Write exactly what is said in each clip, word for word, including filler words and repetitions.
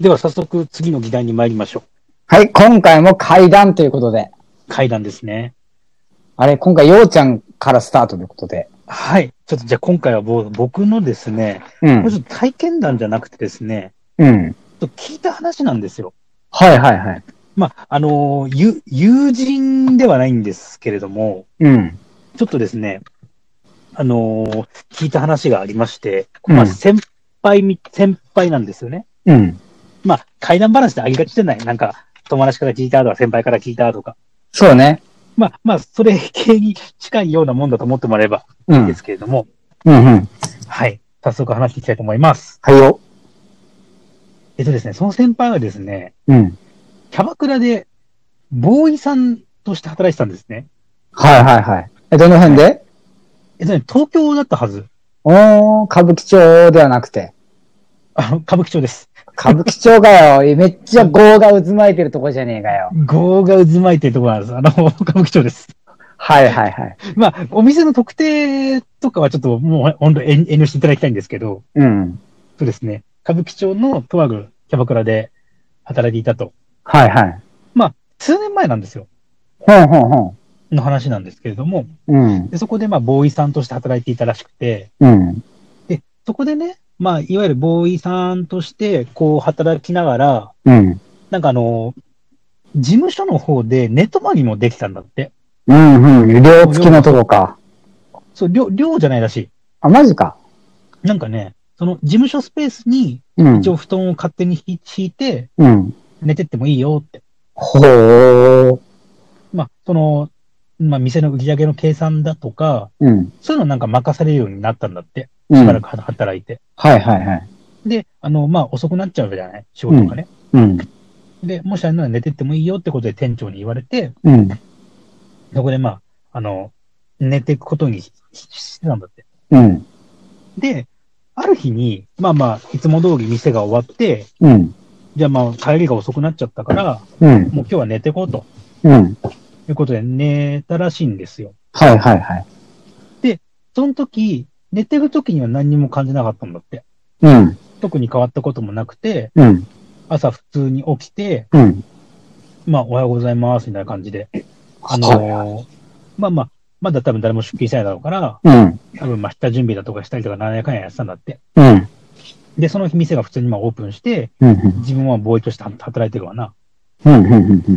では早速次の議題に参りましょう。 はい、今回も階段ということで。 階段ですね。 あれ、今回、ようちゃんからスタートということで。 はい。ちょっとじゃあ今回は僕のですね、 うん。 これちょっと体験談じゃなくてですね、 うん。 ちょっと聞いた話なんですよ。 はいはいはい。 まあ、あのー、ゆ友人ではないんですけれども、 うん。 ちょっとですね、あのー、聞いた話がありまして、 うん、 まあ、先輩み、先輩なんですよね。 うん。 まあ、怪談話でありがちじゃない。なんか、友達から聞いたとか、先輩から聞いたとか。 そうね。 まあ、まあ、それ系に近いようなもんだと思ってもらえばいいんですけれども。 うん、うん、うん。 はい。早速話していきたいと思います。 はいよ。 えっとですね、その先輩はですね、 うん。 キャバクラで、ボーイさんとして働いてたんですね。 はいはいはい。え、どの辺で、はい、 えっとね、東京だったはず。 おー、歌舞伎町ではなくて。 あの、歌舞伎町です。 歌舞伎町かよ。めっちゃ業が渦巻いてるとこじゃねえかよ。 業が渦巻いてるところなんです。あの、歌舞伎町です。 はいはいはい。 まあ、お店の特定とかはちょっともう本当遠慮していただきたいんですけど、 うん。 そうですね、歌舞伎町のとあるキャバクラで働いていたと。 はいはい。 まあ、数年前なんですよ。 ほんほんほん。 の話なんですけれども、 うん。 でそこでまあ、ボーイさんとして働いていたらしくて、 うん。 で、そこでね、まあ、いわゆるボーイさんとして、こう、働きながら、 うん。 なんかあの、事務所の方で寝泊まりもできたんだって。 うんうん。寮付きのとこか。 そう、寮、寮じゃないらしい。 あ、マジか。 なんかね、その事務所スペースに、一応布団を勝手に敷いて、うん、寝てってもいいよって。 ほー。 まあ、その、まあ、店の売り上げの計算だとか、うん、そういうのなんか任されるようになったんだって。しばらく働いて。 うん、はいはいはい。 で、あの、まあ、遅くなっちゃうじゃない仕事がね。うん。で、もしあれなら寝てってもいいよってことで店長に言われて、うん。そこでまあ、あの、寝ていくことにしてたんだって。うん。で、ある日に、まあまあ、いつも通り店が終わって、うん。じゃあまあ、帰りが遅くなっちゃったから、うん。もう今日は寝てこうと。うん。いうことで寝たらしいんですよ。 はいはいはい。 で、その時、寝てる時には何にも感じなかったんだって。 うん。 特に変わったこともなくて、 うん。 朝普通に起きて、 うん。 まあ、おはようございます、みたいな感じで。あのー、まあまあ、まだ多分誰も出勤してないだろうから、うん。多分まあ、下準備だとかしたりとか、何やかんややってたんだって。うん。で、その日店が普通にまあオープンして、うんうん、自分はボーイとして働いてるわな。うんうんうんうん、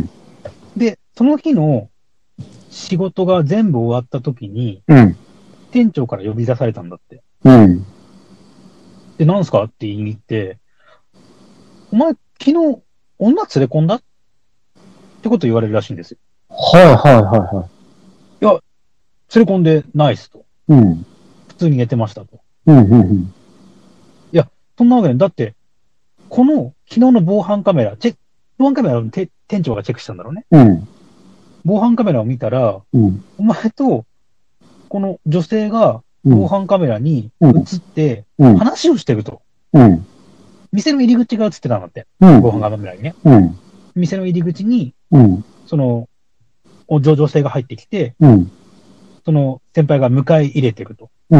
で、その日の仕事が全部終わった時に、うん、店長から呼び出されたんだって。うん。で、なんすかって言いに行って、お前、昨日、女連れ込んだってこと言われるらしいんですよ。 はいはいはいはい。 いや、連れ込んでないっすと。うん。普通に寝てましたと。うんうんうん。いや、そんなわけで、だって、この昨日の防犯カメラ、チェ防犯カメラを店長がチェックしたんだろうね。うん。防犯カメラを見たら、うん、お前と、この女性が防犯カメラに映って、話をしてると。うん。店の入り口が映ってたんだって。うん、防犯カメラにね。うん。店の入り口に、うん、その、女性が入ってきて、うん、その先輩が迎え入れてると。うん。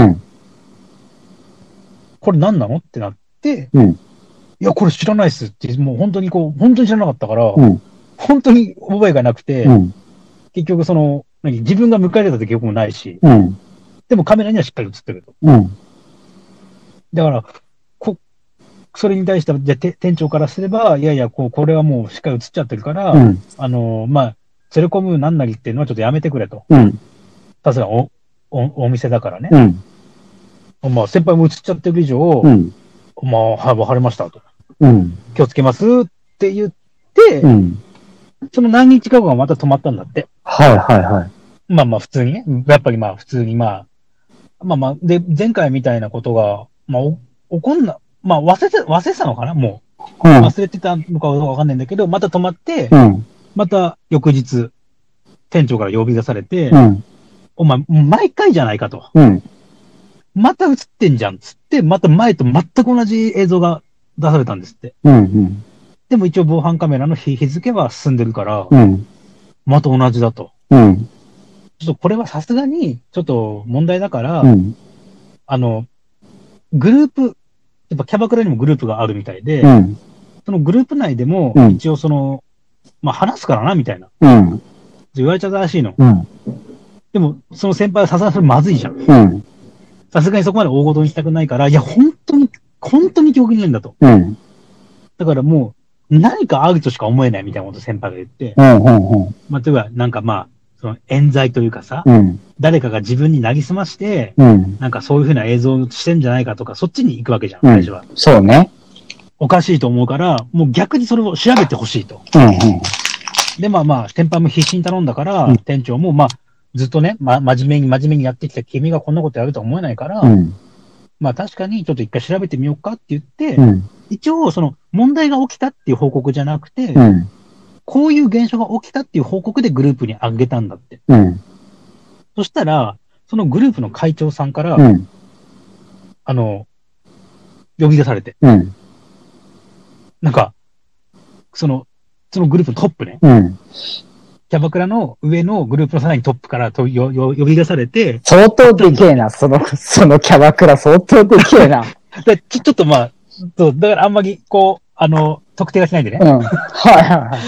これ何なのってなって、うん、いや、これ知らないっすって、もう本当にこう、本当に知らなかったから、うん、本当に覚えがなくて、うん、結局その、何自分が迎え入れた時もないし、うん、でもカメラにはしっかり映ってると。うん、だから、こ、それに対しては、じゃ店長からすれば、いやいや、こう、これはもうしっかり映っちゃってるから、うん、あの、まあ、連れ込むなんなりっていうのはちょっとやめてくれと。うん。さすがお、お、お店だからね。うん。まあ、先輩も映っちゃってる以上、うん。まあ、はい、わかりましたと。うん。気をつけますって言って、うん。その何日か後がまた止まったんだって。はいはいはい。まあまあ、普通にね。やっぱりまあ、普通にまあ、まあまあ、で、前回みたいなことが、まあ、起こんな、まあ、忘れて、忘れてたのかなもう。うん。忘れてたのかどうかわかんないんだけど、また止まって、うん。また翌日、店長から呼び出されて、うん、お前、毎回じゃないかと。うん、また映ってんじゃんっつって、また前と全く同じ映像が出されたんですって。うんうん、でも一応防犯カメラの日付は進んでるから、うん、また同じだと。うん、ちょっとこれはさすがに、ちょっと問題だから、うん、あの、グループ、やっぱキャバクラにもグループがあるみたいで、うん、 そのグループ内でも、一応その、うん、まあ話すからな、みたいな。 うん。 言われちゃったらしいの。 うん。 でも、その先輩はさすがにそれまずいじゃん。うん。さすがにそこまで大事にしたくないから、いや、本当に、本当に記憶にないんだと。うん。だからもう、何かあるとしか思えないみたいなこと先輩が言って。うんうんうん。まあ、例えば、なんかまあ、その冤罪というかさ、うん、誰かが自分になぎすまして、うん、なんかそういうふうな映像をしてんじゃないかとか、そっちに行くわけじゃん、最初は。 そうね。 おかしいと思うから、もう逆にそれを調べてほしいと。うんうん、で、まあまあ、先輩も必死に頼んだから、うん、店長もまあ、ずっとね、ま、真面目に真面目にやってきた君がこんなことやるとは思えないから、うん、まあ確かにちょっと一回調べてみようかって言って、うん、一応その問題が起きたっていう報告じゃなくて、うん、こういう現象が起きたっていう報告でグループにあげたんだって。うん、そしたら、そのグループの会長さんから、うん、あの、呼び出されて、うん、なんか、その、そのグループのトップね、うん、キャバクラの上のグループのさらにトップからとよよ呼び出されて、 相当でけえな、その、そのキャバクラ相当でけえな。 でちょちょっとまあ、そう、だからあんまり、こう、あの、特定はしないでね。うん。はいはいはい。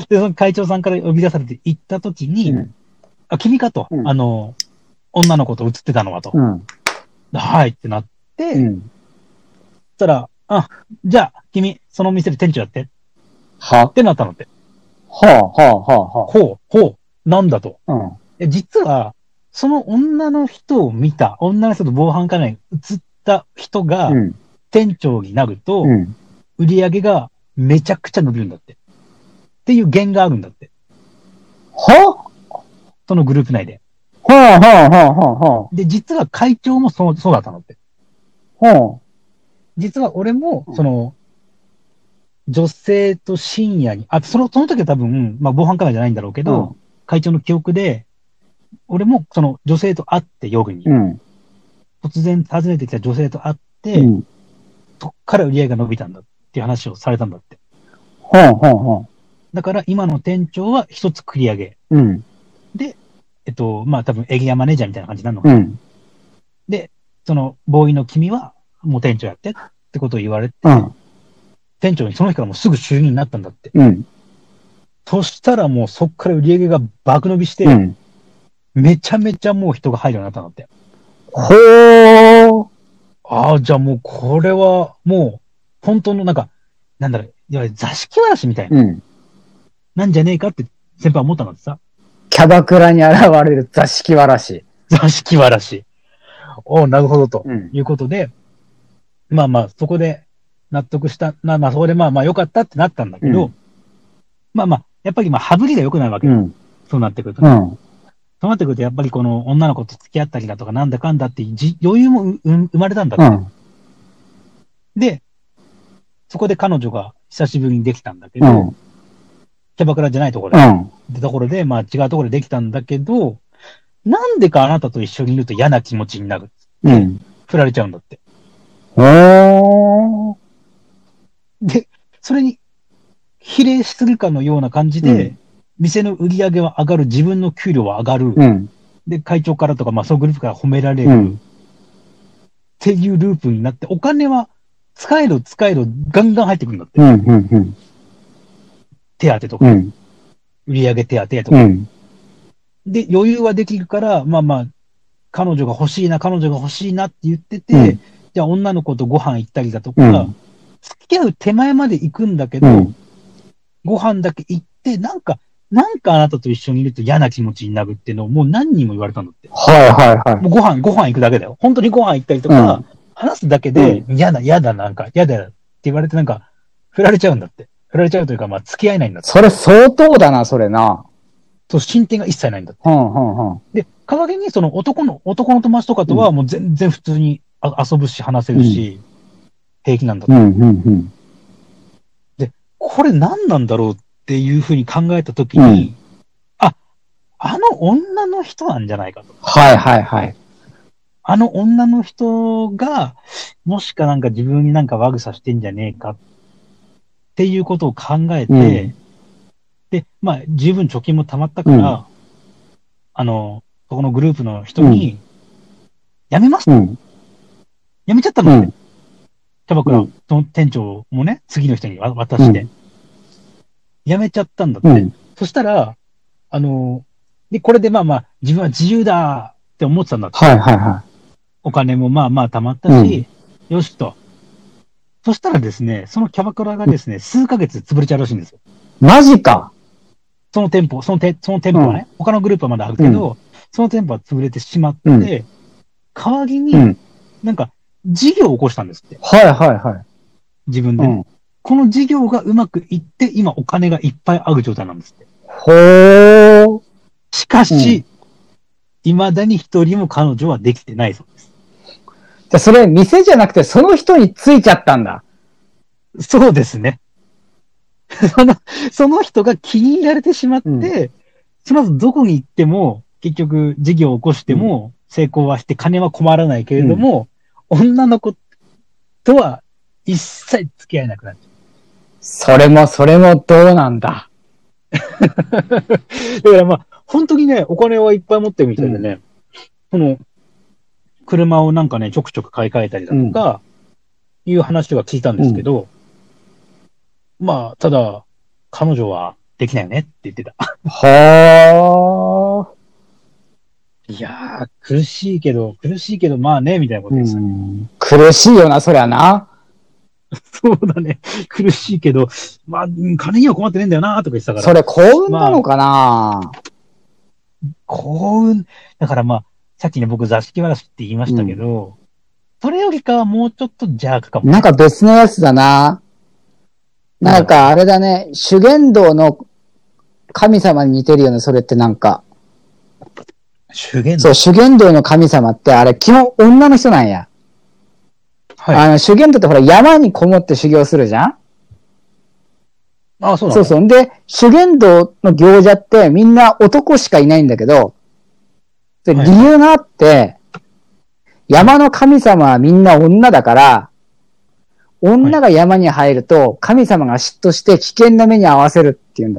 で、その会長さんから呼び出されて行った時に、うん、あ、君かと、うん、あの、女の子と写ってたのはと。うん、はいってなって、うん、そしたら、あ、じゃあ、君、その店で店長やって。はってなったのって。はあ、はあ、はあ、はあ。ほう、ほう、なんだと。うん、実は、その女の人を見た、女の人と防犯カメラに映った人が、店長になると、うん、売り上げがめちゃくちゃ伸びるんだって。っていう言があるんだって。はそのグループ内で。はあ、はあ、はあ、はあ。で、実は会長もそう、そうだったのって。はあ。実は俺も、その、女性と深夜に、あ、その、その時は多分、まあ防犯カメラじゃないんだろうけど、うん、会長の記憶で、俺もその女性と会って夜に、うん、突然訪ねてきた女性と会って、うん、そっから売り上げが伸びたんだっていう話をされたんだって。はあはあはあ、だから今の店長は一つ繰り上げ。うん、で、えっと、まあ多分エリアマネージャーみたいな感じになるのかな。うん、で、そのボーイの君はもう店長やってってことを言われて、うん、店長にその日からもうすぐ就任になったんだって。うん、そしたらもうそっから売り上げが爆伸びして、うん、めちゃめちゃもう人が入るようになったんだって。ほー。ああ、じゃあもうこれはもう本当のなんか、なんだろう、いわゆる座敷わらしみたいな。うん。なんじゃねえかって先輩は思ったんだってさ。 キャバクラに現れる座敷わらし。 座敷わらし。おお、なるほどと、うん、いうことで、まあまあそこで納得した、まあまあそこでまあまあ良かったってなったんだけど、うん、まあまあ、やっぱりまあ羽振りが良くないわけよ。うん、そうなってくるとね。うん、そうなってくるとやっぱりこの女の子と付き合ったりだとかなんだかんだってじ余裕もう生まれたんだって、うん。で、そこで彼女が久しぶりにできたんだけど、うん、キャバクラじゃないところで、うん、でところで、まあ違うところでできたんだけど、なんでかあなたと一緒にいると嫌な気持ちになるって、うん、振られちゃうんだって。おー。で、それに比例するかのような感じで、うん、店の売り上げは上がる、自分の給料は上がる、うん、で、会長からとか、まあそのグループから褒められる、うん、っていうループになって、お金は使えろ使えろガンガン入ってくるんだって。うんうんうん、手当とか、うん、売上手当とか、うん。で、余裕はできるから、まあまあ、彼女が欲しいな、彼女が欲しいなって言ってて、うん、じゃあ女の子とご飯行ったりだとか、うん、付き合う手前まで行くんだけど、うん、ご飯だけ行って、なんか、なんかあなたと一緒にいると嫌な気持ちになるっていうのをもう何人も言われたんだって。はいはいはい。もうご飯、ご飯行くだけだよ。本当にご飯行ったりとか、うん、話すだけで、嫌だ、嫌だ、なんか、嫌だって言われてなんか、振られちゃうんだって。振られちゃうというか、まあ、付き合えないんだって。 それ相当だな、それな。 そう、進展が一切ないんだって。うんうんうん、で、代わりにその男の、男の友達とかとはもう全然普通にあ遊ぶし、話せるし、うん、平気なんだって、うんうんうん。で、これ何なんだろうっていうふうに考えたときに、うん、あ、あの女の人なんじゃないかと。 はいはいはい。 あの女の人が、もしかなんか自分になんか悪さしてんじゃねえかっていうことを考えて、うん、で、まあ、十分貯金も貯まったから、うん、あの、そこのグループの人に、うん、辞めます、うん、辞めちゃったのって、うん、 キャバクラ、その店長もね、次の人に渡して、うん、辞めちゃったんだって。うん、そしたら、あの、で、これでまあまあ、自分は自由だって思ってたんだって。 はいはいはい。 お金もまあまあ貯まったし、うん、よしと。そしたらですね、そのキャバクラがですね、数ヶ月潰れちゃうらしいんですよ。 マジか。 その店舗、そのてその店舗はね、うん、他のグループはまだあるけど、うん、その店舗は潰れてしまって、うん、代わりに、なんか、事業を起こしたんですって。 はいはいはい。 自分で、ねうん。この事業がうまくいって、今お金がいっぱいある状態なんですって。 ほー。 しかし、いま、うん、だに一人も彼女はできてないそうです。 じゃあそれ、店じゃなくてその人についちゃったんだ。 そうですね。その、その人が気に入られてしまって、うん、その後どこに行っても、結局事業を起こしても成功はして金は困らないけれども、うん、女の子とは一切付き合えなくなっちゃう。 それもそれもどうなんだ。 だからまあ、本当にね、お金はいっぱい持ってるみたいでね、うん、その、車をなんかね、ちょくちょく買い替えたりだとか、うん、いう話は聞いたんですけど、うん、まあ、ただ、彼女はできないよねって言ってた。 はー。 いやー、苦しいけど、苦しいけど、まあね、みたいなことです、ね。 苦しいよな、そりゃな。 そうだね。苦しいけど、まあ、金には困ってねえんだよな、とか言ってたから。 それ幸運なのかな、まあ、 幸運。だからまあ、さっきね、僕座敷わらしって言いましたけど、うん、それよりかはもうちょっと邪悪かも、ね。 なんか別のやつだな。なんかあれだね、修験道の神様に似てるよね、それってなんか。 修験道そう、修験道の神様ってあれ基本女の人なんや。はい。あの、修験道ってほら山にこもって修行するじゃん？ ああ、そうだ、 ね。そうそう。で、修験道の行者ってみんな男しかいないんだけど、で理由があって、はい、山の神様はみんな女だから、女が山に入ると神様が嫉妬して危険な目に遭わせるって言うんだって。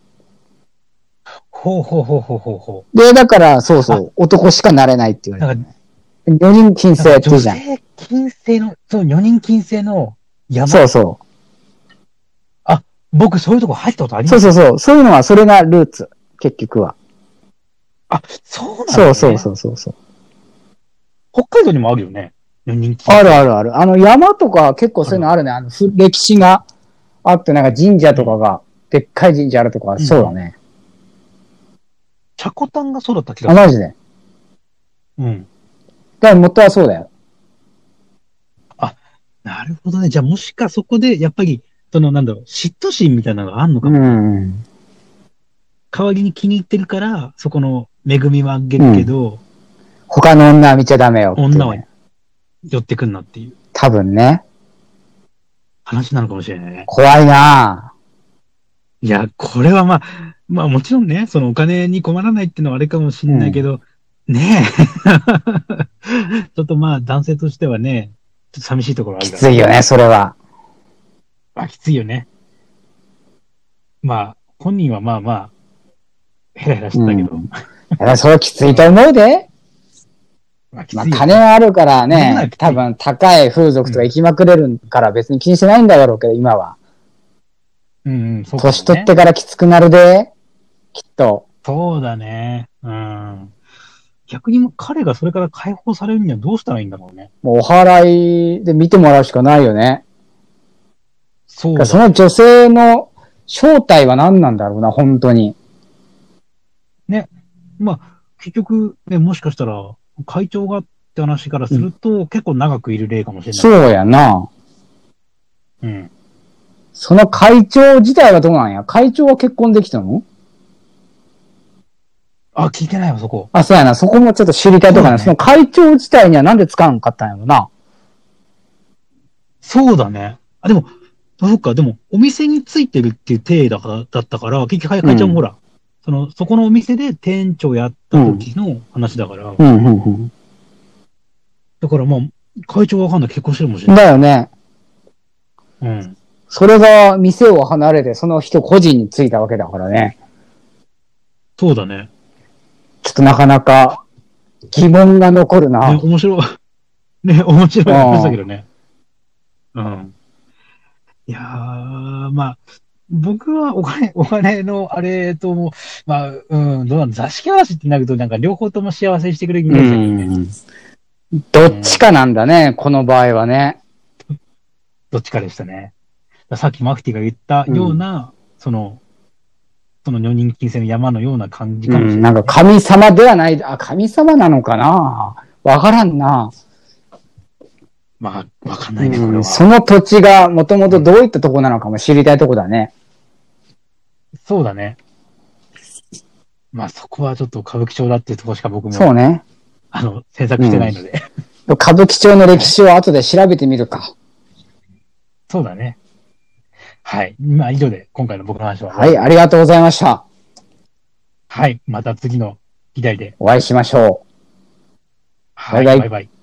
ほうほうほうほうほうほう。で、だから、そうそう、男しかなれないって言われて、ね。女人禁制って言うじゃん。 女性禁制の、そう、女人禁制の山。 そうそう。 あ、僕そういうとこ入ったことあります。 そうそうそう。そういうのは、それがルーツ。結局は。 あ、そうなんだ、ね。 そうそうそうそうそう。 北海道にもあるよね。女人禁制。 あるあるある。あの山とか結構そういうのあるね。あの、歴史があって、なんか神社とかが、うん、でっかい神社あるとか、うん、そうだね。 チャコタンがそうだった気がする。 あ、マジで。 うん。 だから元はそうだよ。 あ、なるほどね。じゃあもしかそこで、やっぱり、そのなんだろう、嫉妬心みたいなのがあんのかも。うん。代わりに気に入ってるから、そこの恵みはあげるけど、うん、 他の女は見ちゃダメよって、ね。 女は寄ってくんなっていう。 多分ね。 話なのかもしれないね。 怖いなぁ。 いや、これはまあ、まあもちろんね、そのお金に困らないっていうのはあれかもしれないけど、うん、ねえ。ちょっとまあ男性としてはね、ちょっと寂しいところあるから、 ね。きついよね、それは。 あ、きついよね。まあ、本人はまあまあ、ヘラヘラしてたけど。うん、 いや、それはきついと思うで。まあ、まあ、金はあるからね、多分高い風俗とか行きまくれるから別に気にしてないんだろうけど、今は。 うんうん、そう、ね、 年取ってからきつくなるで、きっと。 そうだね。うん。逆に彼がそれから解放されるにはどうしたらいいんだろうね。 もうお払いで見てもらうしかないよね。 そうだ。 その女性の正体は何なんだろうな、本当に。 ね。まあ、結局、ね、もしかしたら、会長がって話からすると、うん、結構長くいる例かもしれない。 そうやな。 うん。 その会長自体はどうなんや？会長は結婚できたの？ あ、聞いてないわ、そこ。 あ、そうやな。そこもちょっと知りたいとかね。その会長自体にはなんで使わんかったんやろな。 そうだね。あ、でも、そっか、でも、お店についてるっていう体だから、だったから、結局会長もほら、うん、その、そこのお店で店長やった時の話だから。 うんうんうんうん、 だからまあ、会長わかんない結婚してるかもしれない。 だよね。 うん。 それが店を離れて、その人個人についたわけだからね。 そうだね。 ちょっとなかなか疑問が残るな。 ね、面白い。ね、面白い話だけどね。 うん。いやー、まあ、僕はお金、お金のあれとも、まあ、うん、どうなんだ、座敷わらしってなると、なんか両方とも幸せにしてくれるイメージだけどね。 どっちかなんだね、うん、この場合はね。 どっちかでしたね。さっきマフティが言ったような、うん、その、その女人禁制の山のような感じかもしれない、ね。うん、 なんか神様ではない、あ、神様なのかな、わからんな。 まあ、わかんないね、これは。 その土地がもともとどういったとこなのかも知りたいとこだね。 そうだね。まあ、そこはちょっと歌舞伎町だっていうところしか僕も。 そうね。 あの、制作してないので、 うん。歌舞伎町の歴史を後で調べてみるか。 そうだね。はい。まあ、以上で今回の僕の話は。 はい、ありがとうございました。 はい。また次の議題でお会いしましょう。 はい。バイバイ。バイバイ。